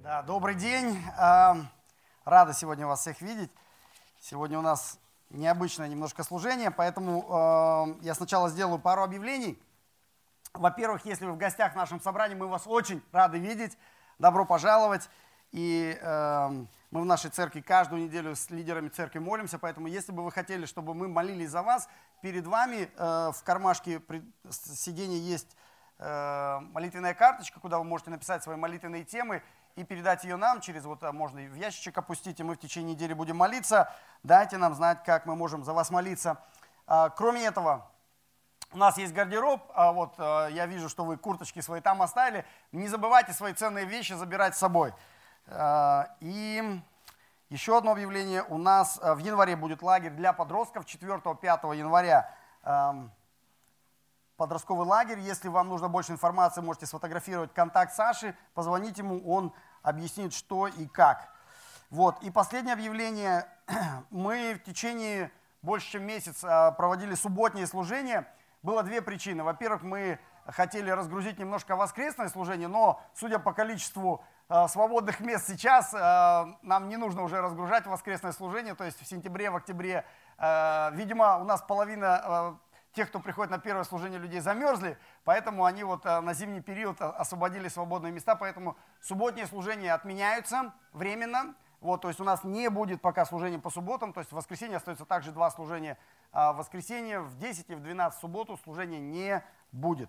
Да, добрый день. Рада сегодня вас всех видеть. Сегодня у нас необычное немножко служение, поэтому я сначала сделаю пару объявлений. Во-первых, если вы в гостях в нашем собрании, мы вас очень рады видеть. Добро пожаловать. И мы в нашей церкви каждую неделю с лидерами церкви молимся, поэтому если бы вы хотели, чтобы мы молились за вас, перед вами в кармашке сиденья есть молитвенная карточка, куда вы можете написать свои молитвенные темы и передать ее нам через, можно и в ящичек опустить, и мы в течение недели будем молиться. Дайте нам знать, как мы можем за вас молиться. Кроме этого, у нас есть гардероб, я вижу, что вы курточки свои там оставили. Не забывайте свои ценные вещи забирать с собой. И еще одно объявление. У нас в январе будет лагерь для подростков, 4-5 января. Подростковый лагерь. Если вам нужно больше информации, можете сфотографировать контакт Саши, позвонить ему, он объяснит, что и как. И последнее объявление. Мы в течение больше чем месяца проводили субботние служения. Было две причины. Во-первых, мы хотели разгрузить немножко воскресное служение, но, судя по количеству свободных мест сейчас, нам не нужно уже разгружать воскресное служение, то есть в сентябре, в октябре. Видимо, у нас половина тех, кто приходит на первое служение, людей замерзли, поэтому они на зимний период освободили свободные места, поэтому субботние служения отменяются временно. То есть у нас не будет пока служения по субботам, то есть в воскресенье остается также два служения. В воскресенье в 10 и в 12 в субботу служения не будет.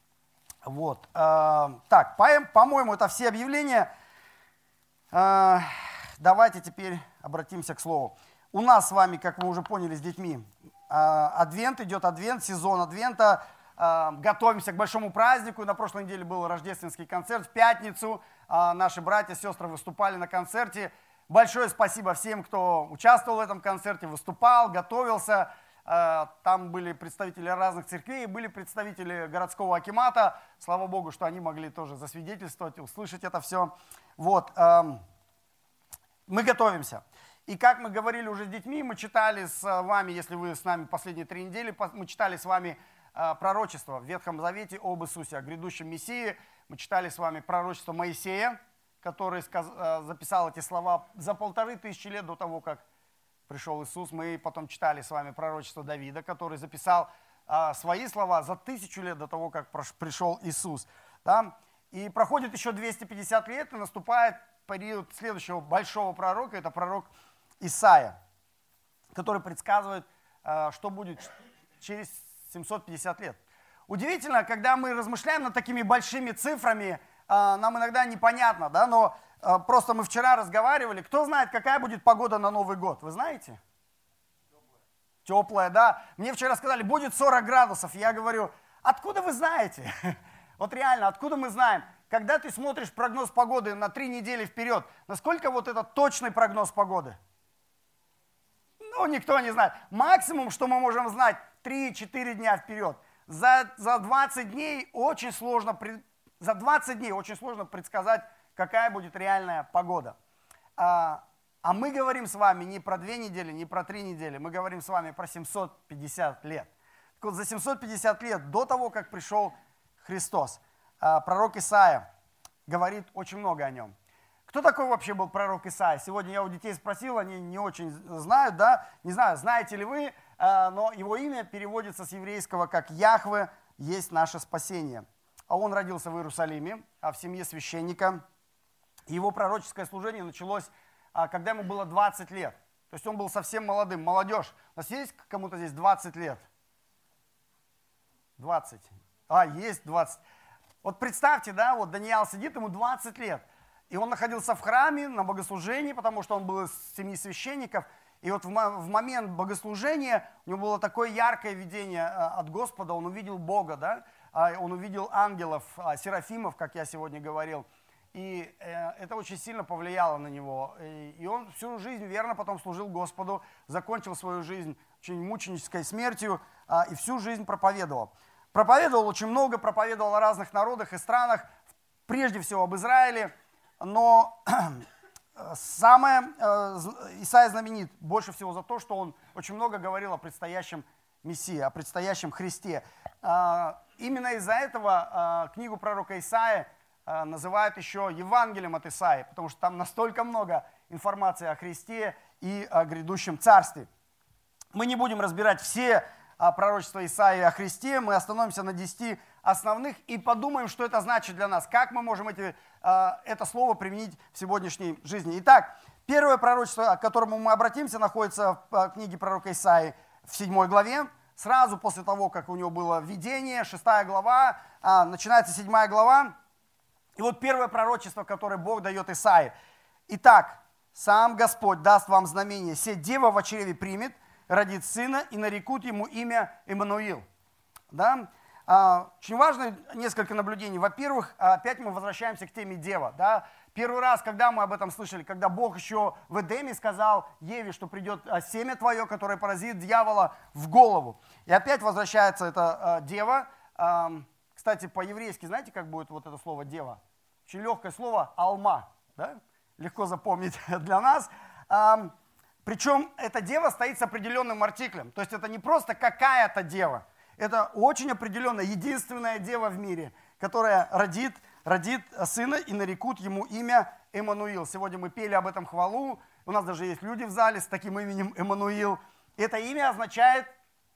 Так, по-моему, это все объявления. Давайте теперь обратимся к слову. У нас с вами, как мы уже поняли с детьми, адвент, идет адвент, сезон адвента. Готовимся к большому празднику. На прошлой неделе был рождественский концерт. В пятницу наши братья и сестры выступали на концерте. Большое спасибо всем, кто участвовал в этом концерте, выступал, готовился. Там были представители разных церквей, были представители городского акимата. Слава Богу, что они могли тоже засвидетельствовать, услышать это все. Мы готовимся. И как мы говорили уже с детьми, мы читали с вами, если вы с нами последние 3 недели, мы читали с вами пророчество в Ветхом Завете об Иисусе, о грядущем Мессии. Мы читали с вами пророчество Моисея, который записал эти слова за 1500 лет до того, как пришел Иисус. Мы потом читали с вами пророчество Давида, который записал свои слова за 1000 лет до того, как пришел Иисус. Да? И проходит еще 250 лет, и наступает период следующего большого пророка, это пророк Исаия, который предсказывает, что будет через 750 лет. Удивительно, когда мы размышляем над такими большими цифрами, нам иногда непонятно, да, но просто мы вчера разговаривали. Кто знает, какая будет погода на Новый год? Вы знаете? Теплая, да. Мне вчера сказали, будет 40 градусов. Я говорю, откуда вы знаете? Реально, откуда мы знаем? Когда ты смотришь прогноз погоды на 3 недели вперед, насколько это точный прогноз погоды? Никто не знает. Максимум, что мы можем знать, 3-4 дня вперед. За 20 дней очень сложно предсказать, какая будет реальная погода. А мы говорим с вами не про 2 недели, не про 3 недели, мы говорим с вами про 750 лет. Так за 750 лет до того, как пришел Христос, пророк Исаия говорит очень много о нем. Кто такой вообще был пророк Исаия? Сегодня я у детей спросил, они не очень знают, да? Не знаю, знаете ли вы, но его имя переводится с еврейского как «Яхве есть наше спасение». А он родился в Иерусалиме, в семье священника. Его пророческое служение началось, когда ему было 20 лет. То есть он был совсем молодым. Молодежь. У нас есть кому-то здесь 20 лет? 20. Есть 20. Представьте, да, Даниил сидит, ему 20 лет. И он находился в храме на богослужении, потому что он был из семьи священников. И в момент богослужения у него было такое яркое видение от Господа. Он увидел Бога, да? Он увидел ангелов, серафимов, как я сегодня говорил. И это очень сильно повлияло на него. И он всю жизнь верно потом служил Господу, закончил свою жизнь очень мученической смертью и всю жизнь проповедовал. Проповедовал очень много, проповедовал о разных народах и странах, прежде всего об Израиле. Но Исаия знаменит больше всего за то, что он очень много говорил о предстоящем Мессии, о предстоящем Христе. Именно из-за этого книгу пророка Исаии называют еще Евангелием от Исаии, потому что там настолько много информации о Христе и о грядущем царстве. Мы не будем разбирать все пророчества Исаии о Христе, мы остановимся на 10 основных и подумаем, что это значит для нас, как мы можем это слово применить в сегодняшней жизни. Итак, первое пророчество, к которому мы обратимся, находится в книге пророка Исаии в 7 главе. Сразу после того, как у него было видение, 6 глава, начинается 7 глава. И вот первое пророчество, которое Бог дает Исаии. Итак, сам Господь даст вам знамение. Се дева в чреве примет, родит сына, и нарекут ему имя Иммануил. Да? Очень важно несколько наблюдений. Во-первых, опять мы возвращаемся к теме дева. Да? Первый раз, когда мы об этом слышали, когда Бог еще в Эдеме сказал Еве, что придет семя твое, которое поразит дьявола в голову. И опять возвращается эта дева. Кстати, по-еврейски, знаете, как будет вот это слово дева? Очень легкое слово алма. Да? Легко запомнить для нас. Причем эта дева стоит с определенным артиклем. То есть это не просто какая-то дева. Это очень определенная, единственная дева в мире, которая родит сына и нарекут ему имя Эммануил. Сегодня мы пели об этом хвалу. У нас даже есть люди в зале с таким именем Эммануил. Это имя означает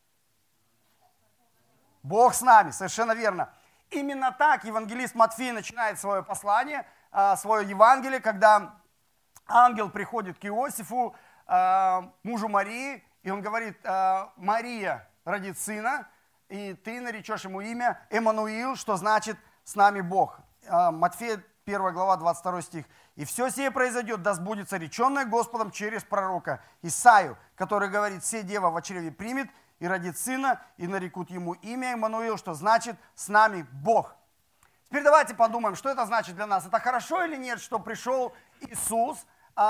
Бог с нами, совершенно верно. Именно так евангелист Матфей начинает свое послание, свое Евангелие, когда ангел приходит к Иосифу, мужу Марии, и он говорит: Мария родит сына, и ты наречешь ему имя Эммануил, что значит «с нами Бог». Матфея 1 глава, 22 стих. «И все сие произойдет, да сбудется реченное Господом через пророка Исаию, который говорит: се дева во чреве примет, и родит сына, и нарекут ему имя Иммануил, что значит «с нами Бог». Теперь давайте подумаем, что это значит для нас. Это хорошо или нет, что пришел Иисус,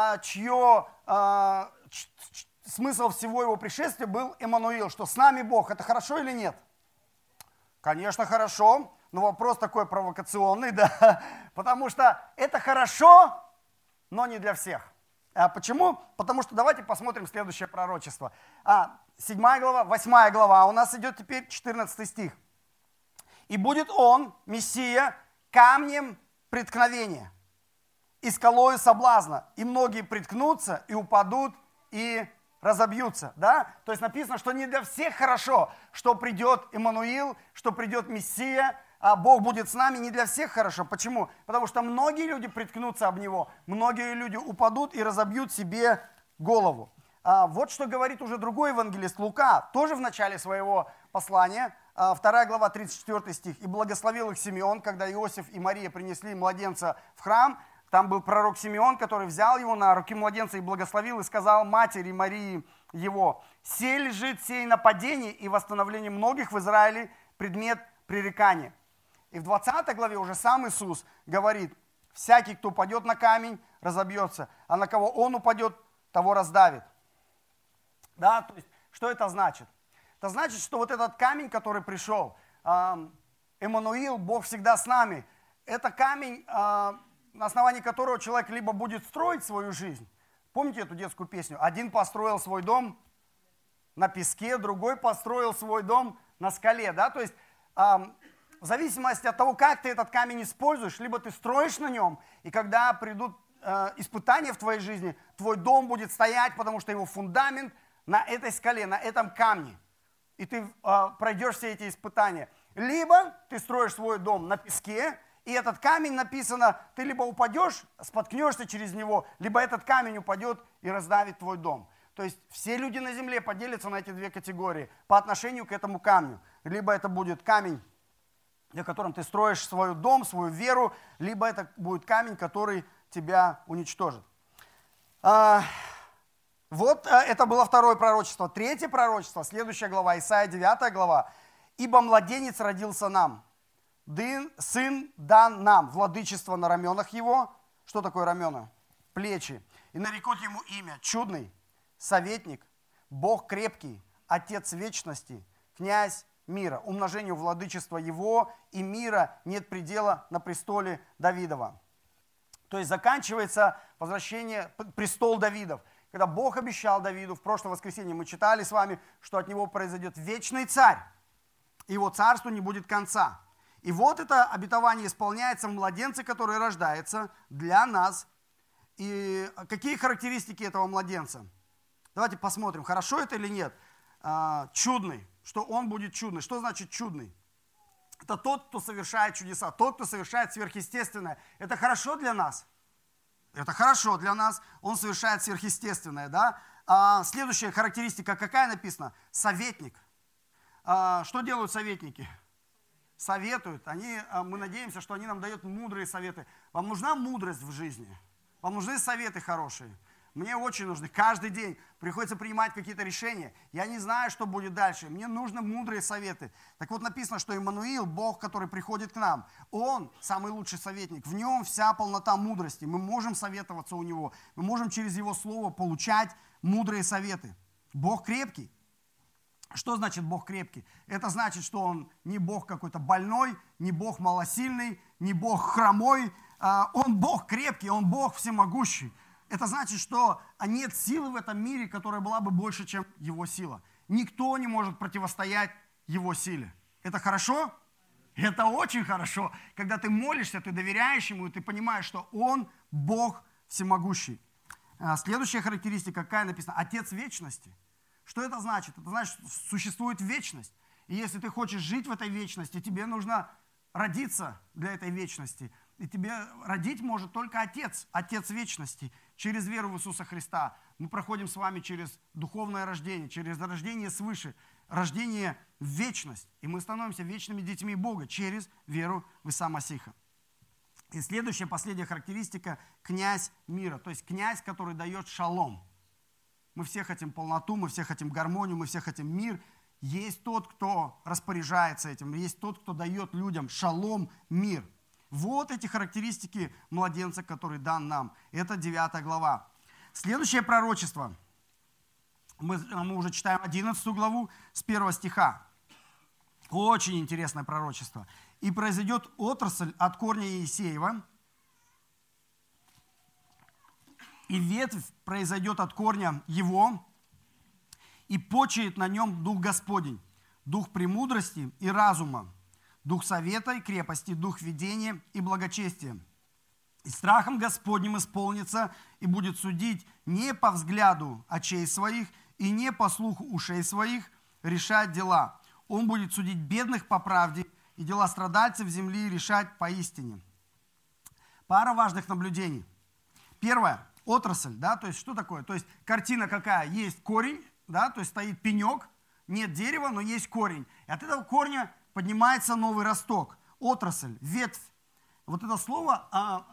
смысл всего его пришествия был Иммануил, что «с нами Бог». Это хорошо или нет? Конечно, хорошо, но вопрос такой провокационный, да, потому что это хорошо, но не для всех. Почему? Потому что давайте посмотрим следующее пророчество. 7 глава, 8 глава, у нас идет теперь 14 стих. «И будет он, Мессия, камнем преткновения и скалою соблазна, и многие приткнутся, и упадут, и разобьются». Да? То есть написано, что не для всех хорошо, что придет Иммануил, что придет Мессия, а Бог будет с нами, не для всех хорошо. Почему? Потому что многие люди приткнутся об Него, многие люди упадут и разобьют себе голову. Вот что говорит уже другой евангелист Лука, тоже в начале своего послания, 2 глава, 34 стих. «И благословил их Симеон, когда Иосиф и Мария принесли младенца в храм». Там был пророк Симеон, который взял его на руки младенца и благословил, и сказал матери Марии его: «Сей лежит сей нападение и восстановление многих в Израиле предмет пререкания». И в 20 главе уже сам Иисус говорит: «Всякий, кто упадет на камень, разобьется, а на кого он упадет, того раздавит». Да, то есть, что это значит? Это значит, что вот этот камень, который пришел, Эммануил, Бог всегда с нами, это камень, на основании которого человек либо будет строить свою жизнь. Помните эту детскую песню? Один построил свой дом на песке, другой построил свой дом на скале. Да? То есть в зависимости от того, как ты этот камень используешь, либо ты строишь на нем, и когда придут испытания в твоей жизни, твой дом будет стоять, потому что его фундамент на этой скале, на этом камне. И ты пройдешь все эти испытания. Либо ты строишь свой дом на песке, и этот камень, написано, ты либо упадешь, споткнешься через него, либо этот камень упадет и раздавит твой дом. То есть все люди на земле поделятся на эти две категории по отношению к этому камню. Либо это будет камень, на котором ты строишь свой дом, свою веру, либо это будет камень, который тебя уничтожит. Вот это было второе пророчество. Третье пророчество, следующая глава, Исайя 9 глава. «Ибо младенец родился нам, сын дан нам, владычество на раменах его». Что такое рамена? Плечи. «И нарекут ему имя: чудный, советник, Бог крепкий, Отец вечности, князь мира. Умножению владычества его и мира нет предела на престоле Давидова». То есть заканчивается возвращение, престол Давидов. Когда Бог обещал Давиду, в прошлое воскресенье мы читали с вами, что от него произойдет вечный царь. Его царству не будет конца. И вот это обетование исполняется в младенце, который рождается для нас. И какие характеристики этого младенца? Давайте посмотрим, хорошо это или нет. Чудный, что он будет чудный. Что значит чудный? Это тот, кто совершает чудеса, тот, кто совершает сверхъестественное. Это хорошо для нас? Это хорошо для нас. Он совершает сверхъестественное, да? Следующая характеристика какая написана? Советник. Что делают советники? Советуют. Мы надеемся, что они нам дают мудрые советы. Вам нужна мудрость в жизни? Вам нужны советы хорошие? Мне очень нужны. Каждый день приходится принимать какие-то решения. Я не знаю, что будет дальше. Мне нужны мудрые советы. Так вот написано, что Иммануил, Бог, который приходит к нам, Он самый лучший советник. В Нем вся полнота мудрости. Мы можем советоваться у Него. Мы можем через Его Слово получать мудрые советы. Бог крепкий. Что значит Бог крепкий? Это значит, что Он не Бог какой-то больной, не Бог малосильный, не Бог хромой. Он Бог крепкий, Он Бог всемогущий. Это значит, что нет силы в этом мире, которая была бы больше, чем Его сила. Никто не может противостоять Его силе. Это хорошо? Это очень хорошо. Когда ты молишься, ты доверяешь Ему, и ты понимаешь, что Он Бог всемогущий. Следующая характеристика, какая написана? Отец вечности. Что это значит? Это значит, что существует вечность. И если ты хочешь жить в этой вечности, тебе нужно родиться для этой вечности. И тебе родить может только Отец, Отец вечности, через веру в Иисуса Христа. Мы проходим с вами через духовное рождение, через рождение свыше, рождение в вечность. И мы становимся вечными детьми Бога через веру в Иисуса Масиха. И следующая, последняя характеристика – князь мира, то есть князь, который дает шалом. Мы все хотим полноту, мы все хотим гармонию, мы все хотим мир. Есть тот, кто распоряжается этим, есть тот, кто дает людям шалом, мир. Вот эти характеристики младенца, который дан нам. Это 9 глава. Следующее пророчество. Мы уже читаем 11 главу с 1 стиха. Очень интересное пророчество. «И произойдет отрасль от корня Иисеева, и ветвь произойдет от корня его, и почиет на нем Дух Господень, Дух премудрости и разума, Дух совета и крепости, Дух видения и благочестия. И страхом Господним исполнится и будет судить не по взгляду очей своих и не по слуху ушей своих решать дела. Он будет судить бедных по правде и дела страдальцев земли решать поистине». Пара важных наблюдений. Первое. Отрасль, да, то есть что такое? То есть картина какая? Есть корень, да, то есть стоит пенек, нет дерева, но есть корень. И от этого корня поднимается новый росток, отрасль, ветвь. Вот это слово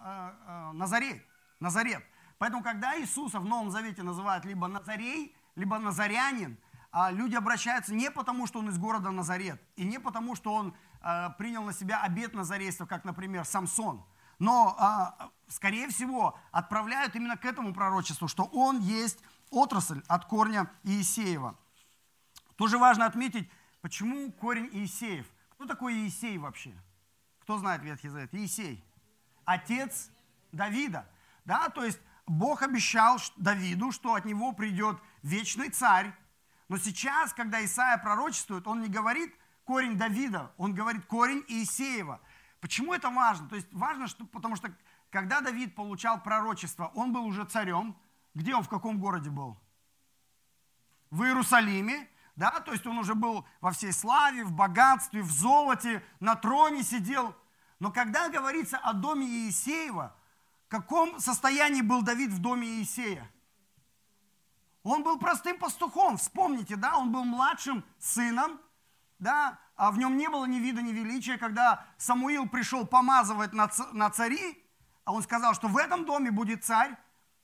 Назарет. Поэтому, когда Иисуса в Новом Завете называют либо Назарей, либо Назарянин, люди обращаются не потому, что он из города Назарет, и не потому, что он принял на себя обет назарейства, как, например, Самсон. Но, скорее всего, отправляют именно к этому пророчеству, что он есть отрасль от корня Иисеева. Тоже важно отметить, почему корень Иисеев. Кто такой Иисей вообще? Кто знает Ветхий Завет? Иисей. Отец Давида. Да, то есть Бог обещал Давиду, что от него придет вечный царь. Но сейчас, когда Исаия пророчествует, он не говорит корень Давида, он говорит корень Иисеева. Почему это важно? То есть важно, потому что когда Давид получал пророчество, он был уже царем. Где он, в каком городе был? В Иерусалиме. Да? То есть он уже был во всей славе, в богатстве, в золоте, на троне сидел. Но когда говорится о доме Иисеева, в каком состоянии был Давид в доме Иисея? Он был простым пастухом, вспомните, да? Он был младшим сыном, да? А в нем не было ни вида, ни величия. Когда Самуил пришел помазывать на цари, а он сказал, что в этом доме будет царь,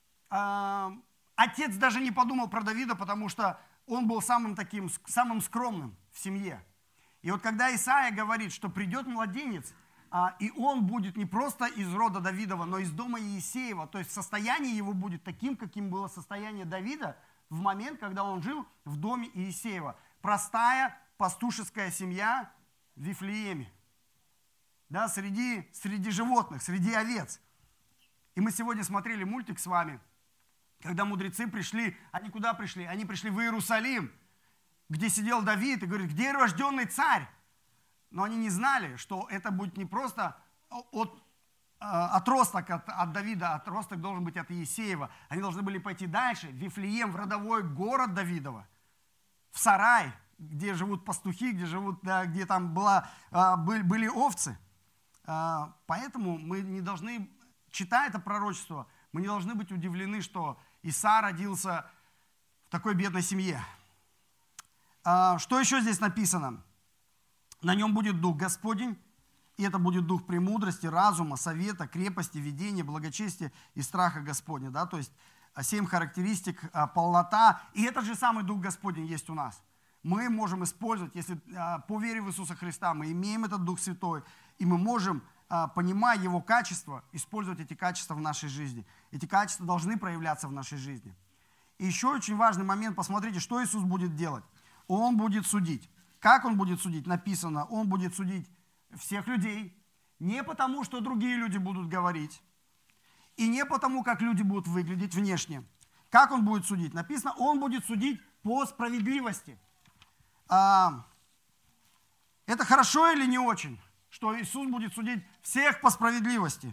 отец даже не подумал про Давида, потому что он был самым скромным в семье. И вот когда Исаия говорит, что придет младенец, и он будет не просто из рода Давидова, но из дома Иисеева, то есть состояние его будет таким, каким было состояние Давида в момент, когда он жил в доме Иисеева. Простая пастушеская семья в Вифлееме, да, среди животных, среди овец. И мы сегодня смотрели мультик с вами, когда мудрецы пришли, они куда пришли? Они пришли в Иерусалим, где сидел Давид, и говорит, где рожденный царь? но они не знали, что это будет не просто отросток от Давида, отросток должен быть от Иесеева. Они должны были пойти дальше, в Вифлеем, в родовой город Давидова, в сарай, где живут пастухи, где там были овцы. Поэтому мы не должны, читая это пророчество, мы не должны быть удивлены, что Иса родился в такой бедной семье. Что еще здесь написано? На нем будет Дух Господень, и это будет дух премудрости, разума, совета, крепости, ведения, благочестия и страха Господня. Да? То есть 7 характеристик, полнота. И этот же самый Дух Господень есть у нас. Мы можем использовать, если по вере в Иисуса Христа мы имеем этот Дух Святой, и мы можем, понимая Его качества, использовать эти качества в нашей жизни. Эти качества должны проявляться в нашей жизни. И еще очень важный момент, посмотрите, что Иисус будет делать. Он будет судить. Как Он будет судить? Написано, Он будет судить всех людей, не потому, что другие люди будут говорить, и не потому, как люди будут выглядеть внешне. Как Он будет судить? Написано, Он будет судить по справедливости. Это хорошо или не очень, что Иисус будет судить всех по справедливости?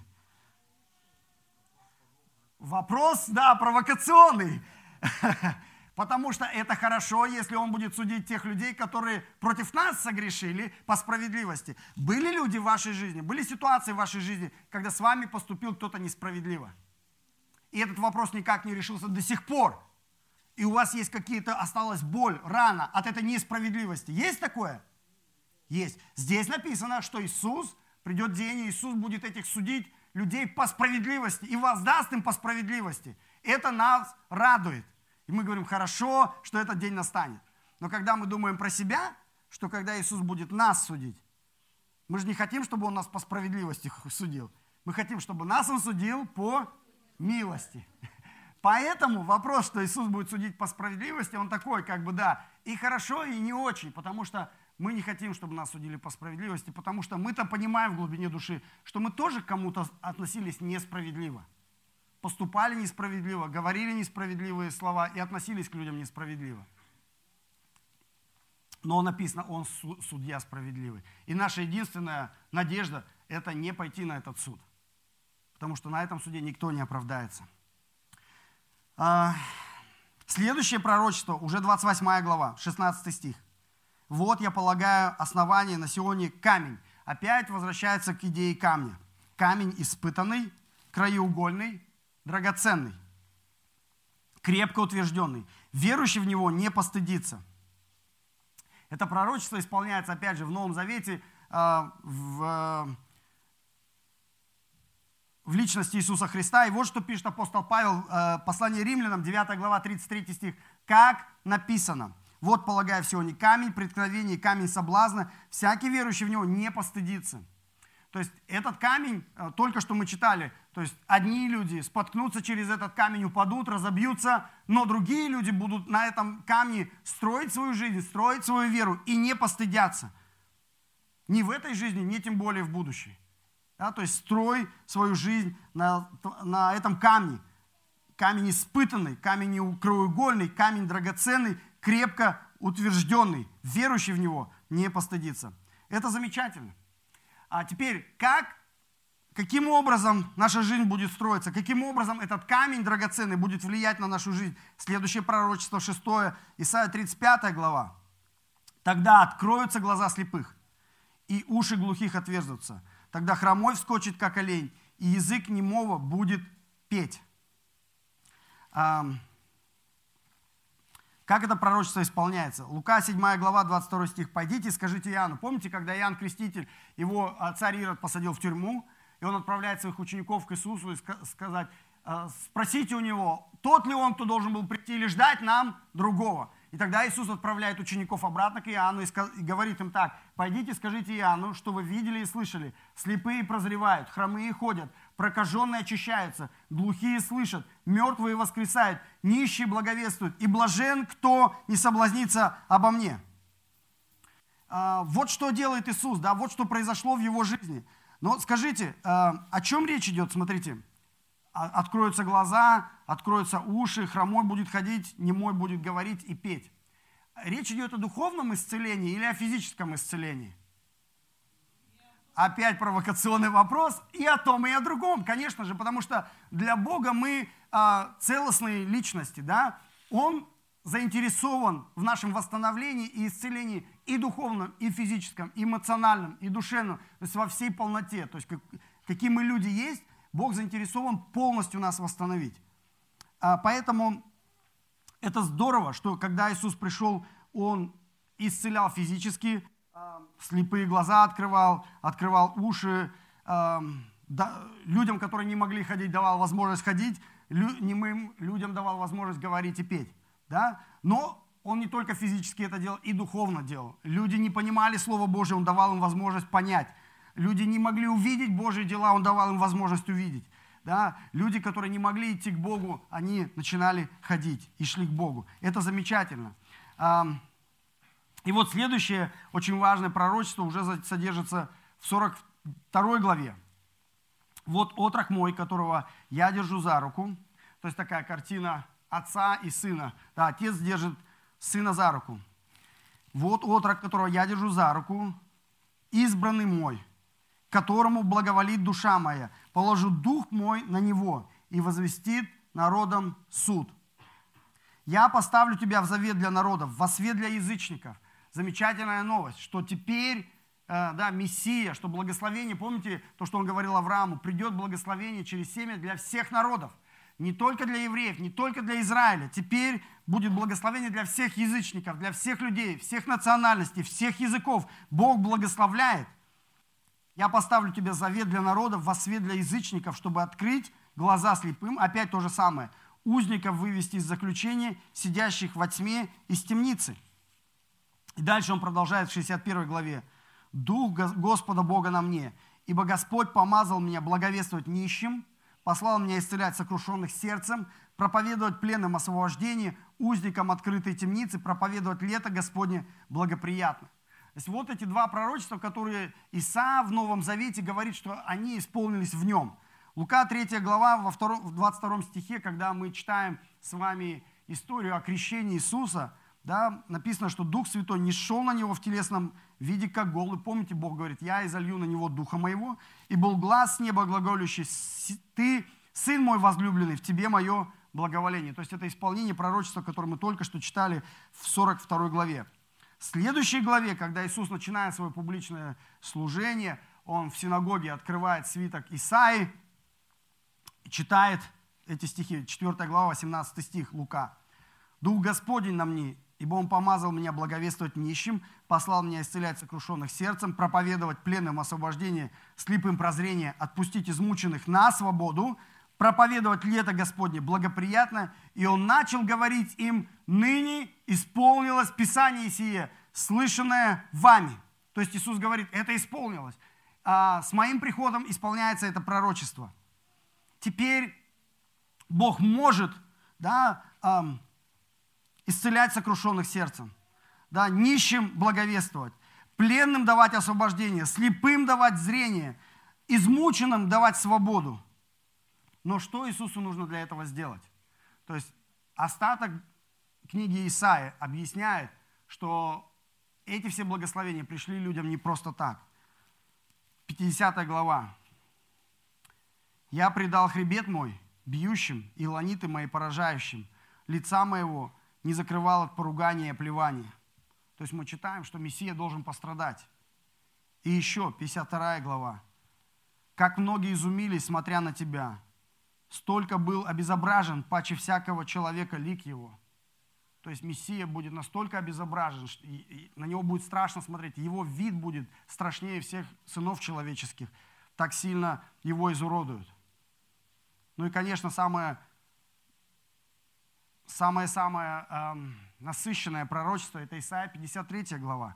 Вопрос, да, провокационный. Потому что это хорошо, если Он будет судить тех людей, которые против нас согрешили по справедливости. Были люди в вашей жизни, были ситуации в вашей жизни, когда с вами поступил кто-то несправедливо. И этот вопрос никак не решился до сих пор. И у вас есть осталась боль, рана от этой несправедливости. Есть такое? Есть. Здесь написано, что придет день, и Иисус будет этих судить людей по справедливости и воздаст им по справедливости. Это нас радует. И мы говорим, хорошо, что этот день настанет. Но когда мы думаем про себя, что когда Иисус будет нас судить, мы же не хотим, чтобы Он нас по справедливости судил. Мы хотим, чтобы нас Он судил по милости. Поэтому вопрос, что Иисус будет судить по справедливости, он такой, и хорошо, и не очень, потому что мы не хотим, чтобы нас судили по справедливости, потому что мы-то понимаем в глубине души, что мы тоже к кому-то относились несправедливо. Поступали несправедливо, говорили несправедливые слова и относились к людям несправедливо. Но написано, Он судья справедливый. И наша единственная надежда – это не пойти на этот суд. Потому что на этом суде никто не оправдается. Следующее пророчество, уже 28 глава, 16 стих. «Вот я полагаю основание на Сионе камень». Опять возвращается к идее камня. Камень испытанный, краеугольный, драгоценный, крепко утвержденный. Верующий в него не постыдится. Это пророчество исполняется, опять же, в Новом Завете, в личности Иисуса Христа. И вот что пишет апостол Павел, послание Римлянам, 9 глава, 33 стих. «Как написано, вот, полагаю, в Сионе камень преткновения, камень соблазна, всякий верующий в него не постыдится». То есть этот камень, только что мы читали, то есть одни люди споткнутся через этот камень, упадут, разобьются, но другие люди будут на этом камне строить свою жизнь, строить свою веру и не постыдятся. Ни в этой жизни, ни тем более в будущей. Да, то есть строй свою жизнь на этом камне. Камень испытанный, камень краеугольный, камень драгоценный, крепко утвержденный. Верующий в него не постыдится. Это замечательно. А теперь, каким образом наша жизнь будет строиться? Каким образом этот камень драгоценный будет влиять на нашу жизнь? Следующее пророчество, 6, Исайя 35 глава. «Тогда откроются глаза слепых, и уши глухих отверзнутся. Тогда хромой вскочит, как олень, и язык немого будет петь». Как это пророчество исполняется? Лука 7 глава, 22 стих. «Пойдите и скажите Иоанну». Помните, когда Иоанн Креститель, его царь Ирод посадил в тюрьму, и он отправляет своих учеников к Иисусу и сказать, спросите у него, тот ли он, кто должен был прийти, или ждать нам другого. И тогда Иисус отправляет учеников обратно к Иоанну и говорит им так: «Пойдите, скажите Иоанну, что вы видели и слышали. Слепые прозревают, хромые ходят, прокаженные очищаются, глухие слышат, мертвые воскресают, нищие благовествуют, и блажен, кто не соблазнится обо мне». Вот что делает Иисус, да, вот что произошло в Его жизни. Но скажите, о чем речь идет? Смотрите. Откроются глаза, откроются уши, хромой будет ходить, немой будет говорить и петь. Речь идет о духовном исцелении или о физическом исцелении? Опять провокационный вопрос и о том, и о другом, конечно же, потому что для Бога мы целостные личности, да? Он заинтересован в нашем восстановлении и исцелении и духовном, и физическом, и эмоциональном, и душевном, то есть во всей полноте. То есть какие мы люди есть, Бог заинтересован полностью нас восстановить. Поэтому это здорово, что когда Иисус пришел, Он исцелял физически, слепые глаза открывал уши, людям, которые не могли ходить, давал возможность ходить, немым людям давал возможность говорить и петь. Да? Но Он не только физически это делал, и духовно делал. Люди не понимали Слово Божие, Он давал им возможность понять. Люди не могли увидеть Божьи дела, Он давал им возможность увидеть. Да? Люди, которые не могли идти к Богу, они начинали ходить и шли к Богу. Это замечательно. И вот следующее очень важное пророчество уже содержится в 42 главе. «Вот отрок мой, которого я держу за руку». То есть такая картина отца и сына. Да, отец держит сына за руку. «Вот отрок, которого я держу за руку, избранный мой, которому благоволит душа моя. Положу дух мой на него и возвестит народам суд. Я поставлю тебя в завет для народов, во свет для язычников». Замечательная новость, что теперь Мессия, что благословение, помните то, что он говорил Аврааму, придет благословение через семя для всех народов. Не только для евреев, не только для Израиля. Теперь будет благословение для всех язычников, для всех людей, всех национальностей, всех языков. Бог благословляет. Я поставлю тебе завет для народов, во свет для язычников, чтобы открыть глаза слепым. Опять то же самое. Узников вывести из заключения, сидящих во тьме из темницы. И дальше он продолжает в 61 главе. «Дух Господа Бога на мне, ибо Господь помазал меня благовествовать нищим, послал меня исцелять сокрушенных сердцем, проповедовать пленным освобождение, узникам открытой темницы, проповедовать лето Господне благоприятно». То есть вот эти два пророчества, которые Исаия в Новом Завете говорит, что они исполнились в нем. Лука 3 глава, в 22 стихе, когда мы читаем с вами историю о крещении Иисуса, да, написано, что Дух Святой не шел на него в телесном виде, как голубь. Помните, Бог говорит: «Я изолью на него Духа моего, и был глас с неба глаголющий: Ты, Сын мой возлюбленный, в тебе мое благоволение». То есть это исполнение пророчества, которое мы только что читали в 42 главе. В следующей главе, когда Иисус начинает свое публичное служение, Он в синагоге открывает свиток Исаии, читает эти стихи, 4 глава, 18 стих, Лука. «Дух Господень на мне, ибо Он помазал меня благовествовать нищим, послал меня исцелять сокрушенных сердцем, проповедовать пленным освобождение, слепым прозрение, отпустить измученных на свободу, проповедовать лето Господне благоприятно». И Он начал говорить им: «Ныне исполнилось Писание сие, слышанное вами». То есть Иисус говорит, это исполнилось. С моим приходом исполняется это пророчество. Теперь Бог может, да, исцелять сокрушенных сердцем, да, нищим благовествовать, пленным давать освобождение, слепым давать зрение, измученным давать свободу. Но что Иисусу нужно для этого сделать? То есть остаток книги Исаии объясняет, что эти все благословения пришли людям не просто так. 50 глава. «Я предал хребет мой бьющим, и ланиты мои поражающим, лица моего не закрывал от поругания и оплевания». То есть мы читаем, что Мессия должен пострадать. И еще 52 глава. «Как многие изумились, смотря на тебя, столько был обезображен, паче всякого человека лик его». То есть Мессия будет настолько обезображен, что на него будет страшно смотреть. Его вид будет страшнее всех сынов человеческих. Так сильно его изуродуют. Ну и, конечно, самое насыщенное пророчество – это Исайя 53 глава.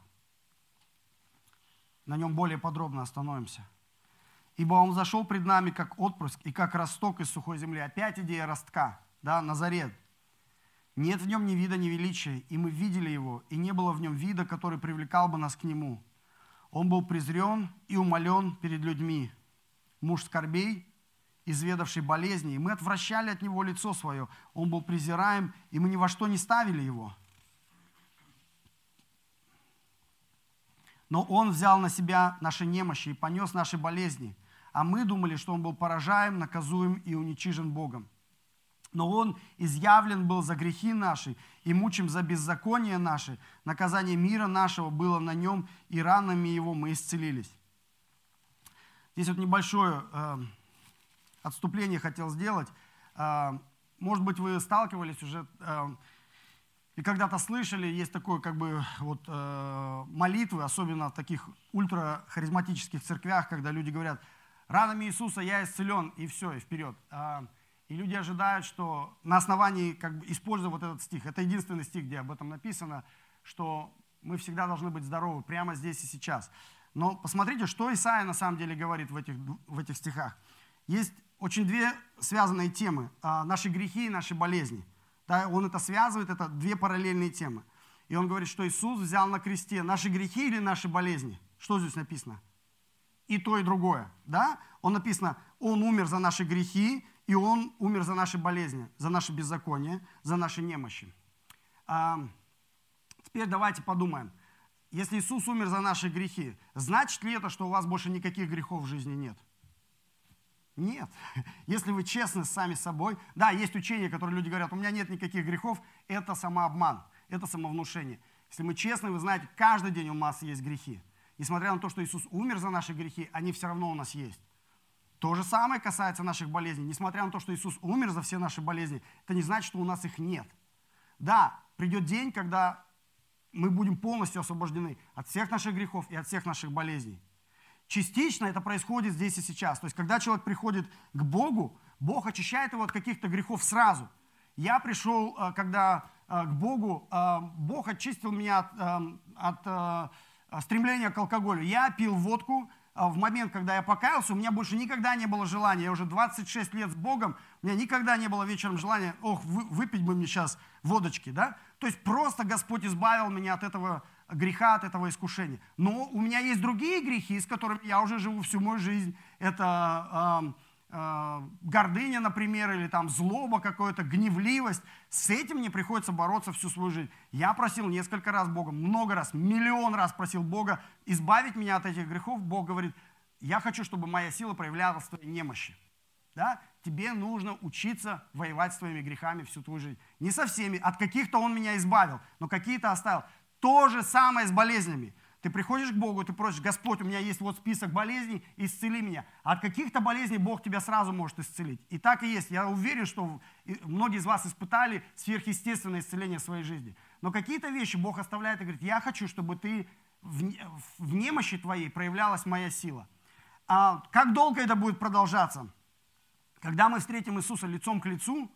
На нем более подробно остановимся. «Ибо он зашел пред нами, как отпрыск и как росток из сухой земли». Опять идея ростка, да, Назарет. «Нет в нем ни вида, ни величия, и мы видели его, и не было в нем вида, который привлекал бы нас к нему. Он был презрен и умолен перед людьми, муж скорбей, изведавший болезни, и мы отвращали от него лицо свое. Он был презираем, и мы ни во что не ставили его». Но Он взял на себя наши немощи и понес наши болезни. А мы думали, что Он был поражаем, наказуем и уничижен Богом. Но Он изъявлен был за грехи наши и мучим за беззаконие наши. Наказание мира нашего было на Нем, и ранами Его мы исцелились». Здесь вот небольшое отступление хотел сделать. Может быть, вы сталкивались уже и когда-то слышали, есть такое молитвы, особенно в таких ультрахаризматических церквях, когда люди говорят: «Ранами Иисуса я исцелен», и все, и вперед. И люди ожидают, что на основании, используя вот этот стих, это единственный стих, где об этом написано, что мы всегда должны быть здоровы прямо здесь и сейчас. Но посмотрите, что Исаия на самом деле говорит в этих стихах. Есть очень две связанные темы: наши грехи и наши болезни. Да, он это связывает, это две параллельные темы. И он говорит, что Иисус взял на кресте наши грехи или наши болезни. Что здесь написано? И то, и другое. Да? Он написано: Он умер за наши грехи, и Он умер за наши болезни, за наши беззакония, за наши немощи. Теперь давайте подумаем. Если Иисус умер за наши грехи, значит ли это, что у вас больше никаких грехов в жизни нет? Нет. Если вы честны сами с собой, да, есть учения, которые люди говорят: у меня нет никаких грехов, это самообман, это самовнушение. Если мы честны, вы знаете, каждый день у нас есть грехи. Несмотря на то, что Иисус умер за наши грехи, они все равно у нас есть. То же самое касается наших болезней. Несмотря на то, что Иисус умер за все наши болезни, это не значит, что у нас их нет. Да, придет день, когда мы будем полностью освобождены от всех наших грехов и от всех наших болезней. Частично это происходит здесь и сейчас. То есть, когда человек приходит к Богу, Бог очищает его от каких-то грехов сразу. Я пришел, когда к Богу, Бог очистил меня от стремления к алкоголю. Я пил водку. В момент, когда я покаялся, у меня больше никогда не было желания. Я уже 26 лет с Богом, у меня никогда не было вечером желания: ох, выпить бы мне сейчас водочки, да? То есть просто Господь избавил меня от этого греха, от этого искушения. Но у меня есть другие грехи, с которыми я уже живу всю мою жизнь. Это гордыня, например, или там злоба какая-то, гневливость. С этим мне приходится бороться всю свою жизнь. Я просил несколько раз Бога, много раз, миллион раз просил Бога избавить меня от этих грехов. Бог говорит: я хочу, чтобы моя сила проявлялась в твоей немощи. Да? Тебе нужно учиться воевать с твоими грехами всю твою жизнь. Не со всеми, от каких-то Он меня избавил, но какие-то оставил. То же самое с болезнями. Ты приходишь к Богу, ты просишь: Господь, у меня есть вот список болезней, исцели меня. А от каких-то болезней Бог тебя сразу может исцелить. И так и есть. Я уверен, что многие из вас испытали сверхъестественное исцеление в своей жизни. Но какие-то вещи Бог оставляет и говорит: я хочу, чтобы ты в немощи твоей проявлялась моя сила. А как долго это будет продолжаться? Когда мы встретим Иисуса лицом к лицу,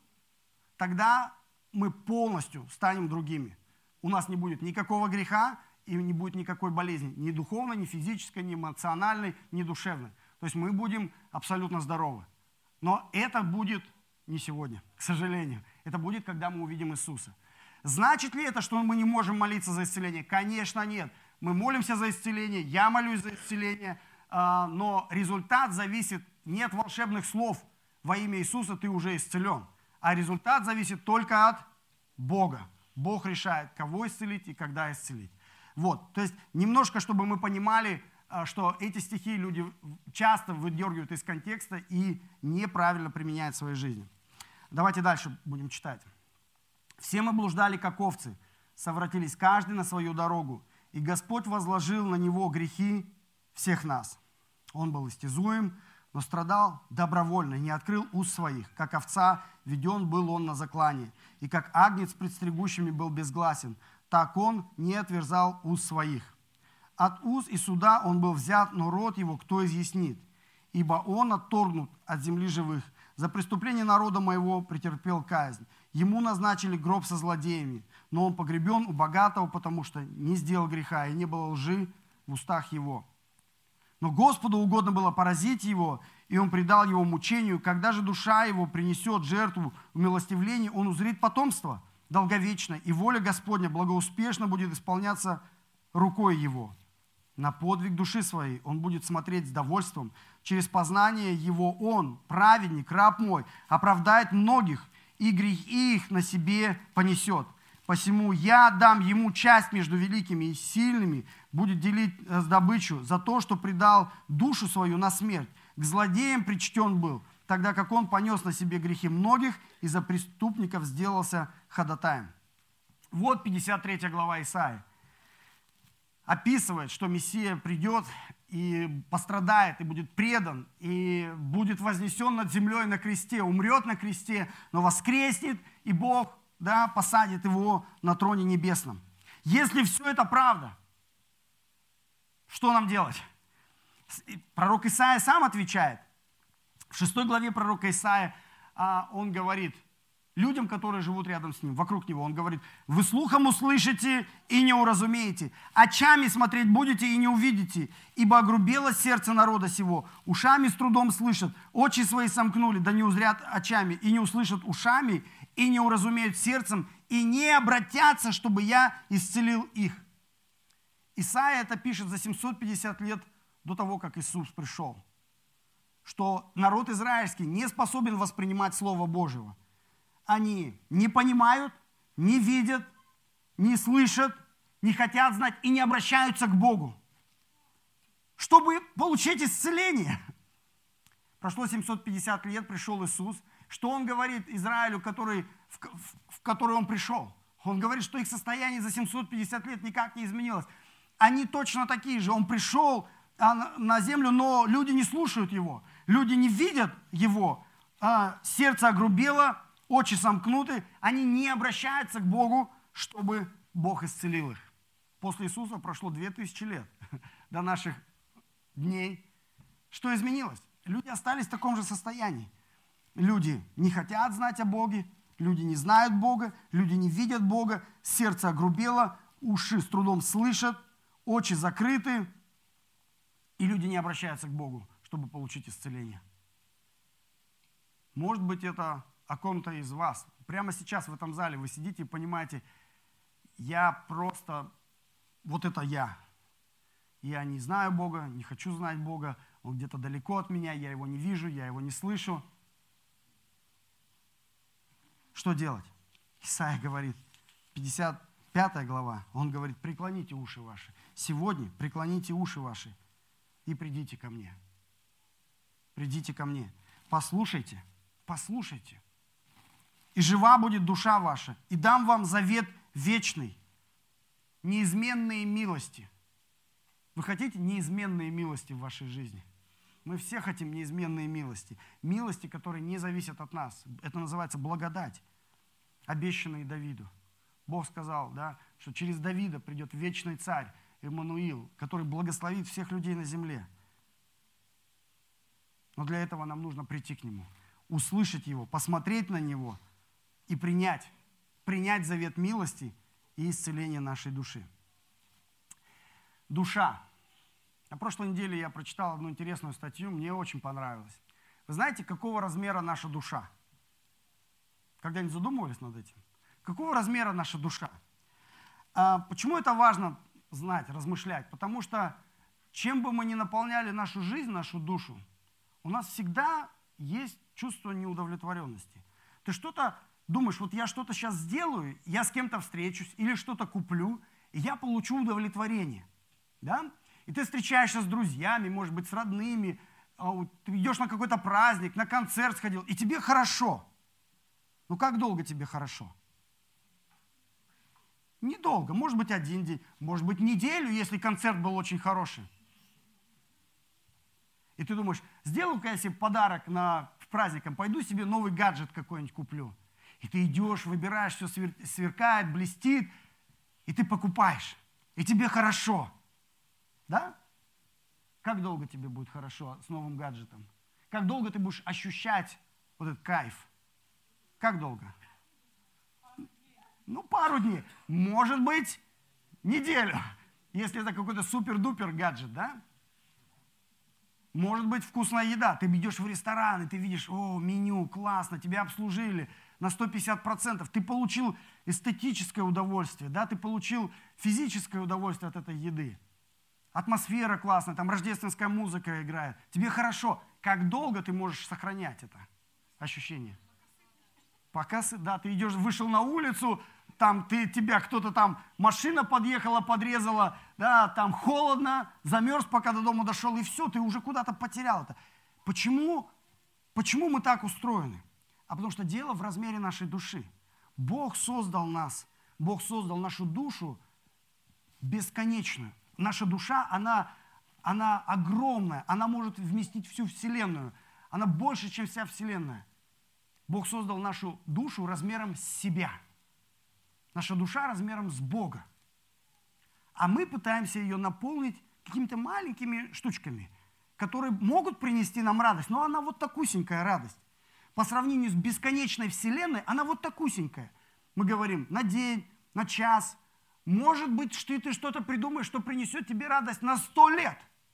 тогда мы полностью станем другими. У нас не будет никакого греха, и не будет никакой болезни, ни духовной, ни физической, ни эмоциональной, ни душевной. То есть мы будем абсолютно здоровы. Но это будет не сегодня, к сожалению. Это будет, когда мы увидим Иисуса. Значит ли это, что мы не можем молиться за исцеление? Конечно, нет. Мы молимся за исцеление, я молюсь за исцеление, но результат зависит не от волшебных слов: во имя Иисуса ты уже исцелен. А результат зависит только от Бога. Бог решает, кого исцелить и когда исцелить. Вот, то есть немножко, чтобы мы понимали, что эти стихи люди часто выдергивают из контекста и неправильно применяют в своей жизни. Давайте дальше будем читать. «Все мы блуждали, как овцы, совратились каждый на свою дорогу, и Господь возложил на него грехи всех нас. Он был истязуем, но страдал добровольно, не открыл уст своих. Как овца веден был он на заклание, и как агнец пред стригущими был безгласен, так он не отверзал уст своих. От уз и суда он был взят, но рот его кто изъяснит? Ибо он отторгнут от земли живых. За преступление народа моего претерпел казнь. Ему назначили гроб со злодеями, но он погребен у богатого, потому что не сделал греха, и не было лжи в устах его. Но Господу угодно было поразить его, и он предал его мучению. Когда же душа его принесет жертву в умилостивлении, он узрит потомство долговечно, и воля Господня благоуспешно будет исполняться рукой его. На подвиг души своей он будет смотреть с довольством. Через познание его он, праведник, раб мой, оправдает многих, и грехи их на себе понесет. Посему я дам ему часть между великими и сильными, будет делить добычу за то, что предал душу свою на смерть. К злодеям причтен был, тогда как он понес на себе грехи многих и за преступников сделался ходатаем». Вот 53 глава Исаии. Описывает, что Мессия придет и пострадает, и будет предан, и будет вознесен над землей на кресте, умрет на кресте, но воскреснет, и Бог посадит его на троне небесном. Если все это правда, что нам делать? Пророк Исаия сам отвечает. В 6 главе пророка Исаия он говорит людям, которые живут рядом с ним, вокруг него, он говорит: «Вы слухом услышите и не уразумеете, очами смотреть будете и не увидите, ибо огрубело сердце народа сего, ушами с трудом слышат, очи свои сомкнули, да не узрят очами, и не услышат ушами, и не уразумеют сердцем, и не обратятся, чтобы я исцелил их». Исаия это пишет за 750 лет до того, как Иисус пришел, что народ израильский не способен воспринимать Слово Божьего. Они не понимают, не видят, не слышат, не хотят знать и не обращаются к Богу, чтобы получить исцеление. Прошло 750 лет, пришел Иисус. Что Он говорит Израилю, в который Он пришел? Он говорит, что их состояние за 750 лет никак не изменилось. Они точно такие же. Он пришел на землю, но люди не слушают Его. Люди не видят Его. Сердце огрубело, очи сомкнуты. Они не обращаются к Богу, чтобы Бог исцелил их. После Иисуса прошло 2000 лет до наших дней. Что изменилось? Люди остались в таком же состоянии. Люди не хотят знать о Боге, люди не знают Бога, люди не видят Бога, сердце огрубело, уши с трудом слышат, очи закрыты, и люди не обращаются к Богу, чтобы получить исцеление. Может быть, это о ком-то из вас. Прямо сейчас в этом зале вы сидите и понимаете: я просто, вот это я. Я не знаю Бога, не хочу знать Бога, Он где-то далеко от меня, я Его не вижу, я Его не слышу. Что делать? Исаия говорит, 55 глава, он говорит: преклоните уши ваши. Сегодня преклоните уши ваши и придите ко мне. Придите ко мне. Послушайте, послушайте. И жива будет душа ваша, и дам вам завет вечный, неизменные милости. Вы хотите неизменные милости в вашей жизни? Мы все хотим неизменные милости. Милости, которые не зависят от нас. Это называется благодать, обещанная Давиду. Бог сказал, что через Давида придет вечный царь Иммануил, который благословит всех людей на земле. Но для этого нам нужно прийти к Нему, услышать Его, посмотреть на Него и принять завет милости и исцеления нашей души. Душа. На прошлой неделе я прочитал одну интересную статью, мне очень понравилось. Вы знаете, какого размера наша душа? Когда-нибудь задумывались над этим? Какого размера наша душа? Почему это важно знать, размышлять? Потому что чем бы мы ни наполняли нашу жизнь, нашу душу, у нас всегда есть чувство неудовлетворенности. Ты что-то думаешь, вот я что-то сейчас сделаю, я с кем-то встречусь или что-то куплю, и я получу удовлетворение. Да? И ты встречаешься с друзьями, может быть, с родными, ты идешь на какой-то праздник, на концерт сходил, и тебе хорошо. Ну как долго тебе хорошо? Недолго, может быть, один день, может быть, неделю, если концерт был очень хороший. И ты думаешь, сделаю-ка я себе подарок в праздником, пойду себе новый гаджет какой-нибудь куплю. И ты идешь, выбираешь, все сверкает, блестит, и ты покупаешь, и тебе хорошо. Да? Как долго тебе будет хорошо с новым гаджетом? Как долго ты будешь ощущать вот этот кайф? Как долго? Ну, пару дней. Может быть, неделю. Если это какой-то супер-дупер гаджет, да? Может быть, вкусная еда. Ты идешь в ресторан, и ты видишь, меню, классно, тебя обслужили на 150%. Ты получил эстетическое удовольствие, да? Ты получил физическое удовольствие от этой еды. Атмосфера классная, там рождественская музыка играет. Тебе хорошо. Как долго ты можешь сохранять это ощущение? Пока, ты вышел на улицу, там тебя кто-то там, машина подъехала, подрезала, да, там холодно, замерз, пока до дома дошел, и все, ты уже куда-то потерял это. Почему мы так устроены? А потому что дело в размере нашей души. Бог создал нас, Бог создал нашу душу бесконечную. Наша душа, она огромная, она может вместить всю Вселенную. Она больше, чем вся Вселенная. Бог создал нашу душу размером с себя. Наша душа размером с Бога. А мы пытаемся ее наполнить какими-то маленькими штучками, которые могут принести нам радость, но она вот такусенькая радость. По сравнению с бесконечной Вселенной, она вот такусенькая. Мы говорим на день, на час. Может быть, что ты что-то придумаешь, что принесет тебе радость на 100 лет.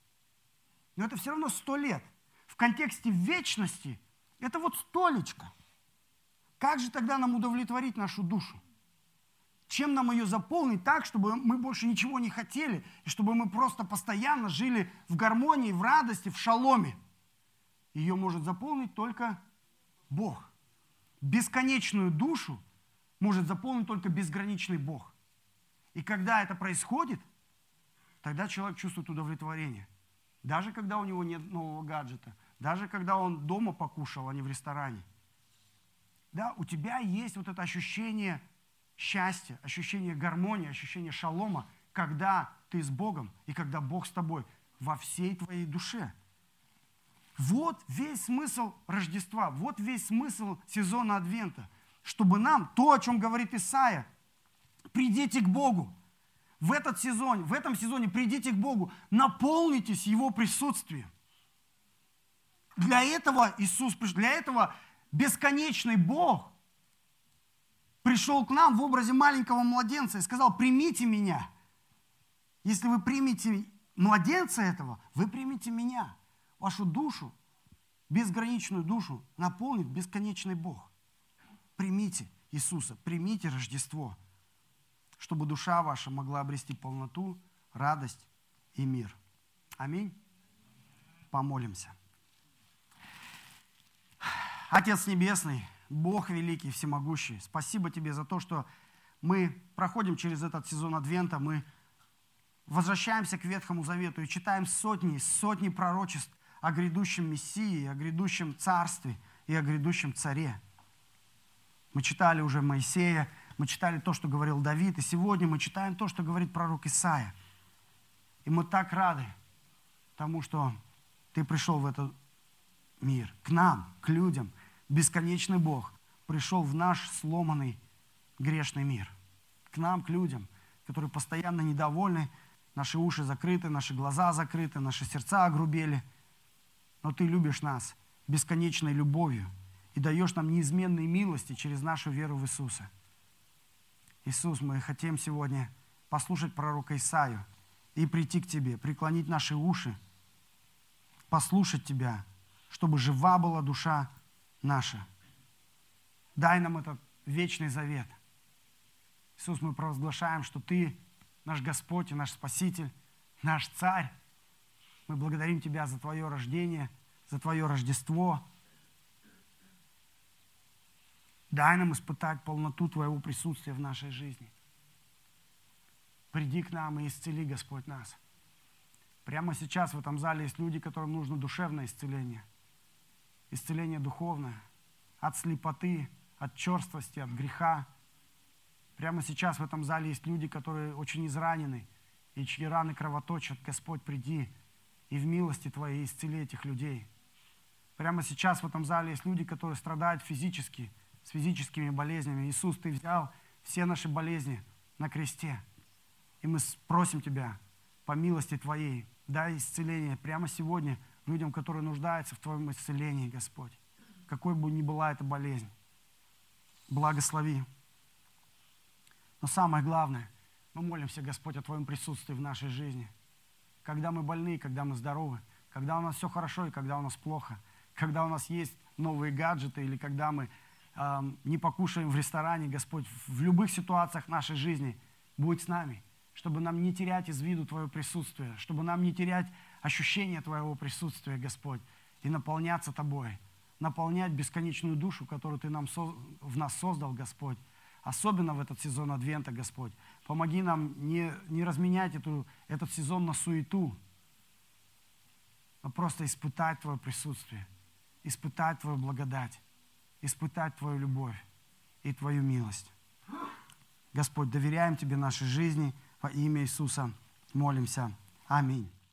Но это все равно 100 лет. В контексте вечности это вот столечко. Как же тогда нам удовлетворить нашу душу? Чем нам ее заполнить так, чтобы мы больше ничего не хотели, и чтобы мы просто постоянно жили в гармонии, в радости, в шаломе? Ее может заполнить только Бог. Бесконечную душу может заполнить только безграничный Бог. И когда это происходит, тогда человек чувствует удовлетворение. Даже когда у него нет нового гаджета, даже когда он дома покушал, а не в ресторане. Да, у тебя есть вот это ощущение счастья, ощущение гармонии, ощущение шалома, когда ты с Богом и когда Бог с тобой во всей твоей душе. Вот весь смысл Рождества, вот весь смысл сезона Адвента. Чтобы нам, то, о чем говорит Исайя, придите к Богу. В этом сезоне придите к Богу, наполнитесь Его присутствием. Для этого Иисус пришел, для этого бесконечный Бог пришел к нам в образе маленького младенца и сказал: примите меня. Если вы примете младенца этого, вы примете меня. Вашу душу, безграничную душу, наполнит бесконечный Бог. Примите Иисуса, примите Рождество, чтобы душа ваша могла обрести полноту, радость и мир. Аминь. Помолимся. Отец Небесный, Бог великий, всемогущий, спасибо Тебе за то, что мы проходим через этот сезон Адвента, мы возвращаемся к Ветхому Завету и читаем сотни пророчеств о грядущем Мессии, о грядущем Царстве и о грядущем Царе. Мы читали уже Моисея, мы читали то, что говорил Давид, и сегодня мы читаем то, что говорит пророк Исайя. И мы так рады тому, что Ты пришел в этот мир, к нам, к людям. Бесконечный Бог пришел в наш сломанный грешный мир. К нам, к людям, которые постоянно недовольны, наши уши закрыты, наши глаза закрыты, наши сердца огрубели. Но Ты любишь нас бесконечной любовью и даешь нам неизменные милости через нашу веру в Иисуса. Иисус, мы хотим сегодня послушать пророка Исаию и прийти к Тебе, преклонить наши уши, послушать Тебя, чтобы жива была душа наша. Дай нам этот вечный завет. Иисус, мы провозглашаем, что Ты наш Господь и наш Спаситель, наш Царь. Мы благодарим Тебя за Твое рождение, за Твое Рождество. Дай нам испытать полноту Твоего присутствия в нашей жизни. Приди к нам и исцели, Господь, нас. Прямо сейчас в этом зале есть люди, которым нужно душевное исцеление. Исцеление духовное. От слепоты, от черствости, от греха. Прямо сейчас в этом зале есть люди, которые очень изранены, и чьи раны кровоточат. Господь, приди и в милости Твоей исцели этих людей. Прямо сейчас в этом зале есть люди, которые страдают физически, с физическими болезнями. Иисус, Ты взял все наши болезни на кресте. И мы просим Тебя, по милости Твоей, дай исцеление прямо сегодня людям, которые нуждаются в Твоем исцелении, Господь. Какой бы ни была эта болезнь. Благослови. Но самое главное, мы молимся, Господь, о Твоем присутствии в нашей жизни. Когда мы больны, когда мы здоровы, когда у нас все хорошо и когда у нас плохо, когда у нас есть новые гаджеты или когда мы не покушаем в ресторане, Господь, в любых ситуациях нашей жизни будь с нами, чтобы нам не терять из виду Твое присутствие, чтобы нам не терять ощущение Твоего присутствия, Господь, и наполняться Тобой, наполнять бесконечную душу, которую Ты в нас создал, Господь, особенно в этот сезон Адвента, Господь. Помоги нам не разменять этот сезон на суету, но просто испытать Твое присутствие, испытать Твою благодать, испытать Твою любовь и Твою милость. Господь, доверяем Тебе нашей жизни во имя Иисуса. Молимся. Аминь.